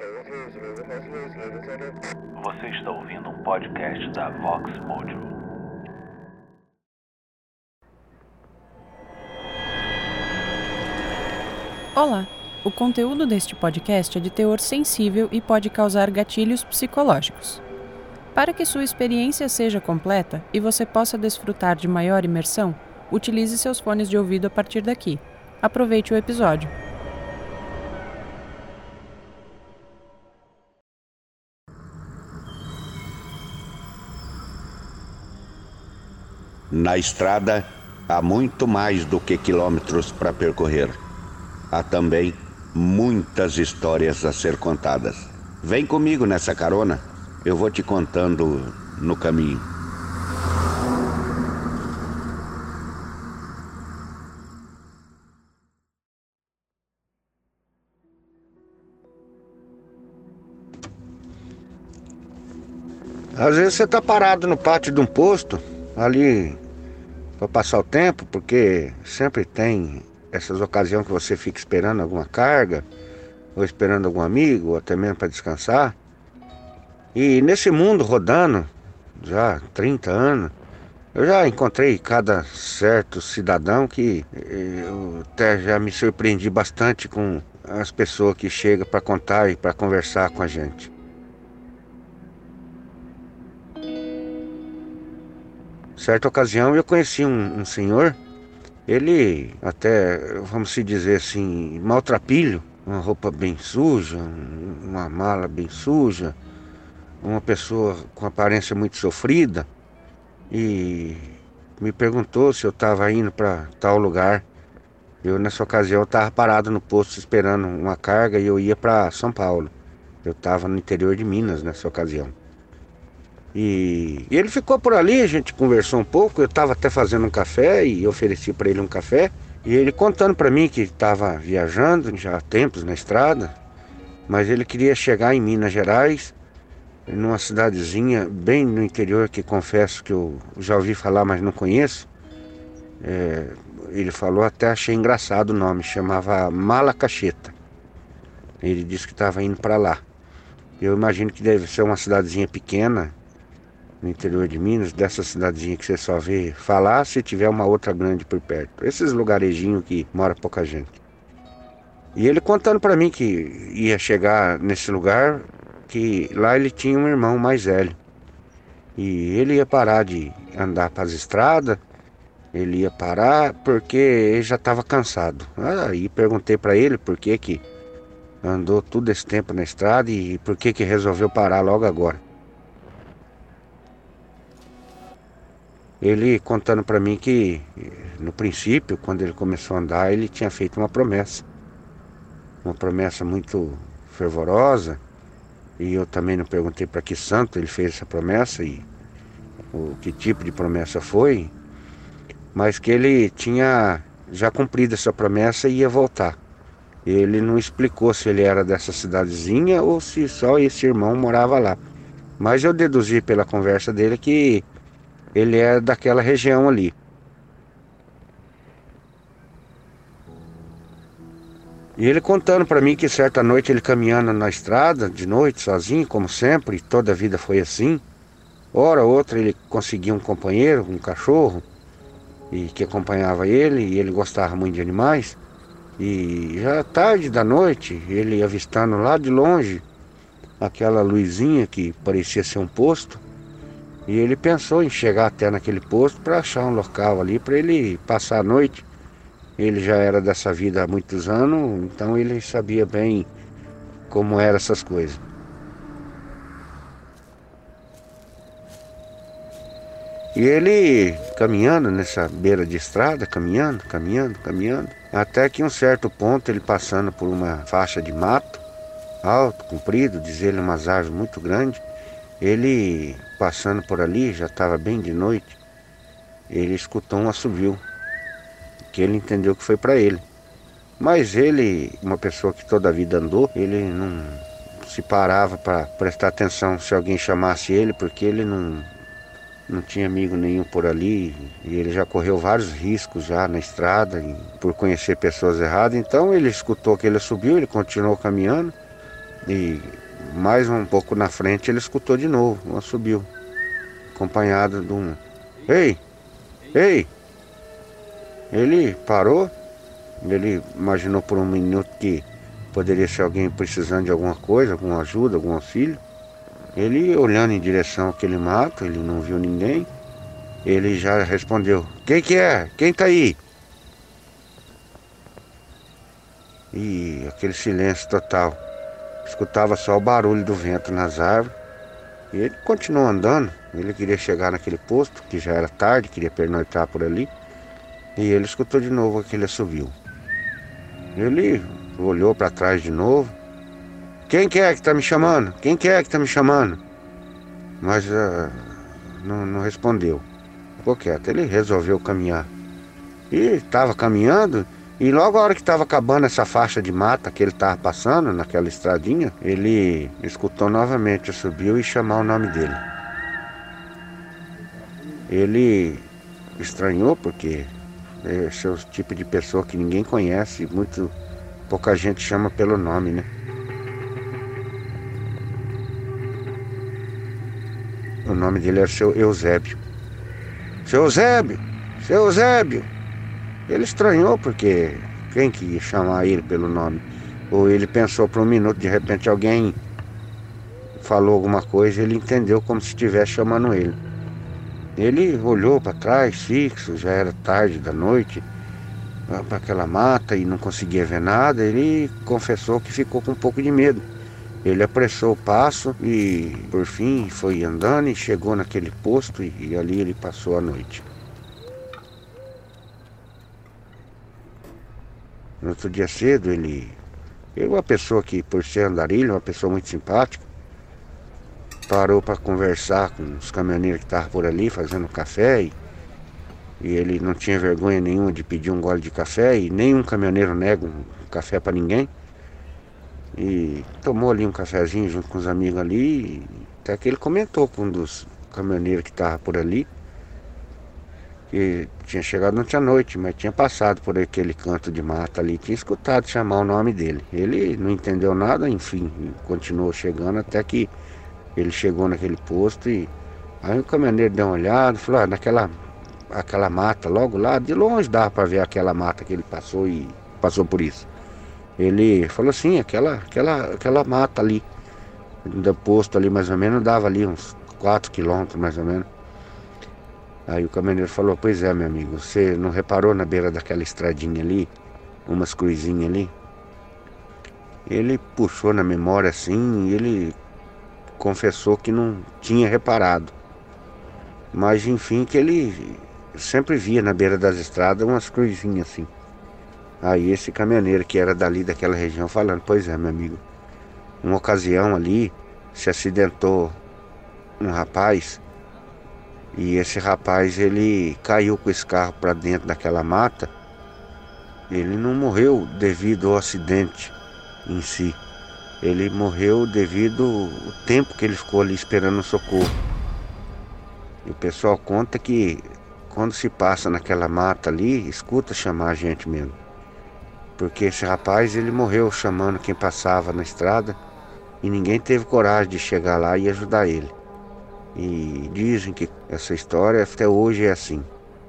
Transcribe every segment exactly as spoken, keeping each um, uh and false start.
Você está ouvindo um podcast da Vox Mojo. Olá! O conteúdo deste podcast é de teor sensível e pode causar gatilhos psicológicos. Para que sua experiência seja completa e você possa desfrutar de maior imersão, utilize seus fones de ouvido a partir daqui. Aproveite o episódio. Na estrada, há muito mais do que quilômetros para percorrer. Há também muitas histórias a ser contadas. Vem comigo nessa carona, eu vou te contando no caminho. Às vezes você tá parado no pátio de um posto, ali para passar o tempo, porque sempre tem essas ocasiões que você fica esperando alguma carga, ou esperando algum amigo, ou até mesmo para descansar. E nesse mundo rodando, já há trinta anos, eu já encontrei cada certo cidadão que eu até já me surpreendi bastante com as pessoas que chegam para contar e para conversar com a gente. Certa ocasião eu conheci um, um senhor, ele até, vamos se dizer assim, maltrapilho, uma roupa bem suja, uma mala bem suja, uma pessoa com aparência muito sofrida, e me perguntou se eu estava indo para tal lugar. Eu nessa ocasião estava parado no posto esperando uma carga e eu ia para São Paulo. Eu estava no interior de Minas nessa ocasião. E, e ele ficou por ali, a gente conversou um pouco, eu estava até fazendo um café e ofereci para ele um café. E ele contando para mim que estava viajando já há tempos na estrada, mas ele queria chegar em Minas Gerais, numa cidadezinha bem no interior, que confesso que eu já ouvi falar, mas não conheço. É, ele falou, até achei engraçado o nome, chamava Malacacheta. Ele disse que estava indo para lá. Eu imagino que deve ser uma cidadezinha pequena, no interior de Minas, dessa cidadezinha que você só vê falar se tiver uma outra grande por perto. Esses lugarejinhos que mora pouca gente. E ele contando para mim que ia chegar nesse lugar, que lá ele tinha um irmão mais velho. E ele ia parar de andar para as estradas, ele ia parar porque ele já estava cansado. Aí perguntei para ele por que que andou todo esse tempo na estrada e por que que resolveu parar logo agora. Ele contando para mim que, no princípio, quando ele começou a andar, ele tinha feito uma promessa. Uma promessa muito fervorosa. E eu também não perguntei para que santo ele fez essa promessa e o que tipo de promessa foi. Mas que ele tinha já cumprido essa promessa e ia voltar. Ele não explicou se ele era dessa cidadezinha ou se só esse irmão morava lá. Mas eu deduzi pela conversa dele que ele é daquela região ali. E ele contando para mim que certa noite ele caminhando na estrada, de noite, sozinho, como sempre, toda a vida foi assim. Hora ou outra ele conseguia um companheiro, um cachorro, e que acompanhava ele, e ele gostava muito de animais. E já tarde da noite, ele avistando lá de longe aquela luzinha que parecia ser um posto. E ele pensou em chegar até naquele posto para achar um local ali para ele passar a noite. Ele já era dessa vida há muitos anos, então ele sabia bem como eram essas coisas. E ele caminhando nessa beira de estrada, caminhando, caminhando, caminhando, até que em um certo ponto ele passando por uma faixa de mato, alto, comprido, diz ele, umas árvores muito grandes. Ele passando por ali, já estava bem de noite, ele escutou um assovio, que ele entendeu que foi para ele. Mas ele, uma pessoa que toda a vida andou, ele não se parava para prestar atenção se alguém chamasse ele, porque ele não, não tinha amigo nenhum por ali, e ele já correu vários riscos já na estrada, e por conhecer pessoas erradas. Então ele escutou que ele subiu, ele continuou caminhando, E mais um pouco na frente ele escutou de novo, um assobio, acompanhado de um ei, ei. Ele parou, ele imaginou por um minuto que poderia ser alguém precisando de alguma coisa, alguma ajuda, algum auxílio. Ele olhando em direção àquele mato, ele não viu ninguém. Ele já respondeu: quem que é? Quem tá aí? E aquele silêncio total. Escutava só o barulho do vento nas árvores. E ele continuou andando. Ele queria chegar naquele posto, que já era tarde, queria pernoitar por ali. E ele escutou de novo aquele assobio. Ele olhou para trás de novo. Quem que é que tá me chamando? Quem que é que tá me chamando? Mas uh, não, não respondeu. Ficou quieto. Ele resolveu caminhar. E estava caminhando. E logo a hora que estava acabando essa faixa de mata que ele estava passando, naquela estradinha, ele escutou novamente o assobio e chamar o nome dele. Ele estranhou porque esse é o tipo de pessoa que ninguém conhece, muito pouca gente chama pelo nome, né? O nome dele era seu Eusébio. Seu Eusébio! Seu Eusébio! Ele estranhou porque quem que ia chamar ele pelo nome? Ou ele pensou por um minuto, de repente alguém falou alguma coisa, ele entendeu como se estivesse chamando ele. Ele olhou para trás, fixo, já era tarde da noite, para aquela mata e não conseguia ver nada. Ele confessou que ficou com um pouco de medo. Ele apressou o passo e, por fim, foi andando e chegou naquele posto e, e ali ele passou a noite. No outro dia cedo, ele... Ele é uma pessoa que, por ser andarilho, uma pessoa muito simpática, parou para conversar com os caminhoneiros que estavam por ali fazendo café e, e ele não tinha vergonha nenhuma de pedir um gole de café e nenhum caminhoneiro nega um café para ninguém. E tomou ali um cafezinho junto com os amigos ali, e até que ele comentou com um dos caminhoneiros que estava por ali, que tinha chegado ontem à noite, mas tinha passado por aquele canto de mata ali, tinha escutado chamar o nome dele. Ele não entendeu nada, enfim, continuou chegando até que ele chegou naquele posto e aí o caminhoneiro deu uma olhada, falou, ah, naquela aquela mata logo lá, de longe dava para ver aquela mata que ele passou e passou por isso. Ele falou assim, aquela, aquela, aquela mata ali, do posto ali mais ou menos, dava ali uns quatro quilômetros mais ou menos. Aí o caminhoneiro falou, pois é, meu amigo, você não reparou na beira daquela estradinha ali, umas cruzinhas ali? Ele puxou na memória assim, e ele confessou que não tinha reparado. Mas enfim, que ele sempre via na beira das estradas umas cruzinhas assim. Aí esse caminhoneiro que era dali daquela região falando, pois é, meu amigo, uma ocasião ali se acidentou um rapaz e esse rapaz ele caiu com esse carro para dentro daquela mata. Ele não morreu devido ao acidente em si, ele morreu devido ao tempo que ele ficou ali esperando o socorro. E o pessoal conta que quando se passa naquela mata ali, escuta chamar a gente mesmo. Porque esse rapaz, ele morreu chamando quem passava na estrada e ninguém teve coragem de chegar lá e ajudar ele. E dizem que essa história até hoje é assim.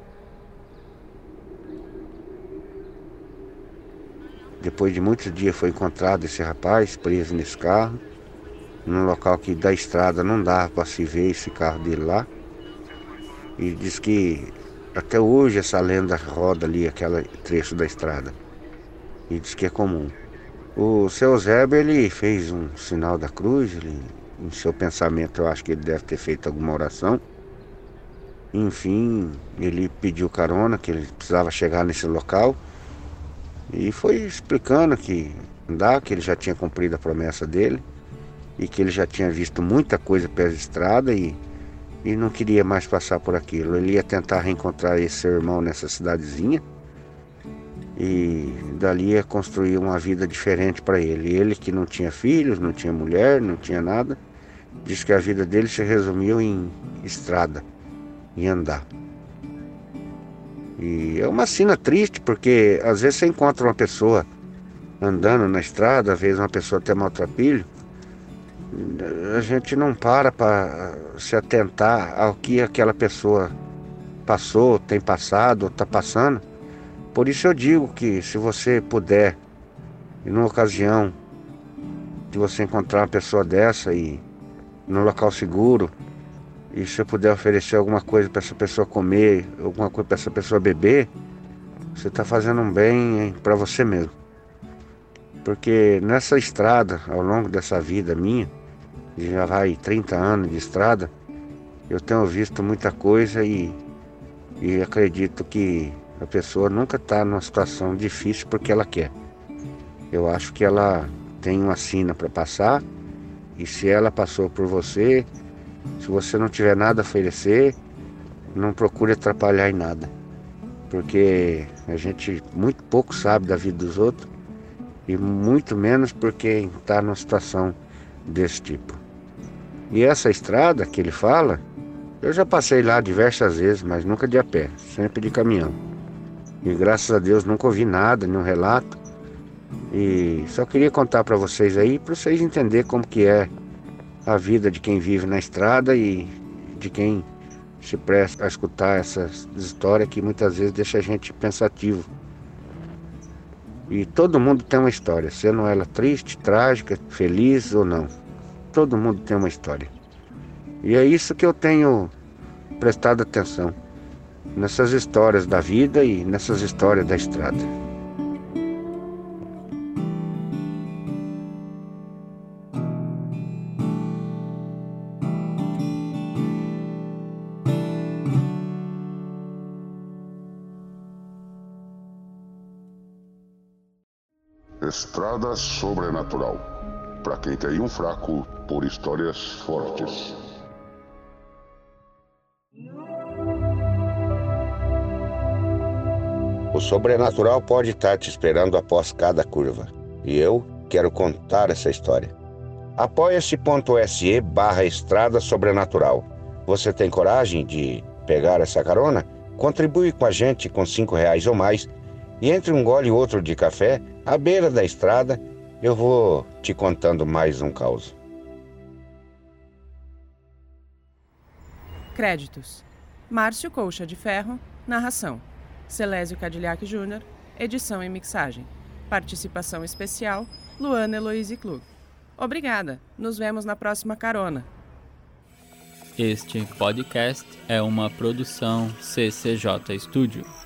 Depois de muitos dias foi encontrado esse rapaz preso nesse carro, num local que da estrada não dava para se ver esse carro dele lá. E diz que até hoje essa lenda roda ali, aquele trecho da estrada. E diz que é comum. O seu Eusébio, ele fez um sinal da cruz, ele, em seu pensamento eu acho que ele deve ter feito alguma oração. Enfim, ele pediu carona, que ele precisava chegar nesse local. E foi explicando que andar, que ele já tinha cumprido a promessa dele. E que ele já tinha visto muita coisa pela estrada e, e não queria mais passar por aquilo. Ele ia tentar reencontrar esse seu irmão nessa cidadezinha. E dali ia construir uma vida diferente para ele. Ele que não tinha filhos, não tinha mulher, não tinha nada, diz que a vida dele se resumiu em estrada, em andar. E é uma cena triste, porque às vezes você encontra uma pessoa andando na estrada, às vezes uma pessoa até maltrapilho, a gente não para para se atentar ao que aquela pessoa passou, tem passado, está passando. Por isso eu digo que se você puder, e numa ocasião de você encontrar uma pessoa dessa e num local seguro, e se eu puder oferecer alguma coisa para essa pessoa comer, alguma coisa para essa pessoa beber, você está fazendo um bem para você mesmo. Porque nessa estrada, ao longo dessa vida minha, já vai trinta anos de estrada, eu tenho visto muita coisa e, e acredito que a pessoa nunca está numa situação difícil porque ela quer. Eu acho que ela tem uma sina para passar, e se ela passou por você, se você não tiver nada a oferecer, não procure atrapalhar em nada. Porque a gente muito pouco sabe da vida dos outros, e muito menos por quem está numa situação desse tipo. E essa estrada que ele fala, eu já passei lá diversas vezes, mas nunca de a pé, sempre de caminhão. E graças a Deus nunca ouvi nada, nenhum relato. E só queria contar para vocês aí, para vocês entenderem como que é a vida de quem vive na estrada e de quem se presta a escutar essas histórias que muitas vezes deixa a gente pensativo. E todo mundo tem uma história, sendo ela triste, trágica, feliz ou não. Todo mundo tem uma história. E é isso que eu tenho prestado atenção, nessas histórias da vida e nessas histórias da estrada. Estrada Sobrenatural, para quem tem um fraco por histórias fortes. O sobrenatural pode estar te esperando após cada curva, e eu quero contar essa história. Apoia-se.se barra Estrada Sobrenatural. Você tem coragem de pegar essa carona? Contribui com a gente com cinco reais ou mais, e entre um gole e outro de café, à beira da estrada, eu vou te contando mais um caos. Créditos: Márcio Colcha de Ferro, narração. Celésio Cadillac Júnior, edição e mixagem. Participação especial, Luana Eloise Klug. Obrigada, nos vemos na próxima carona. Este podcast é uma produção C C J Studio.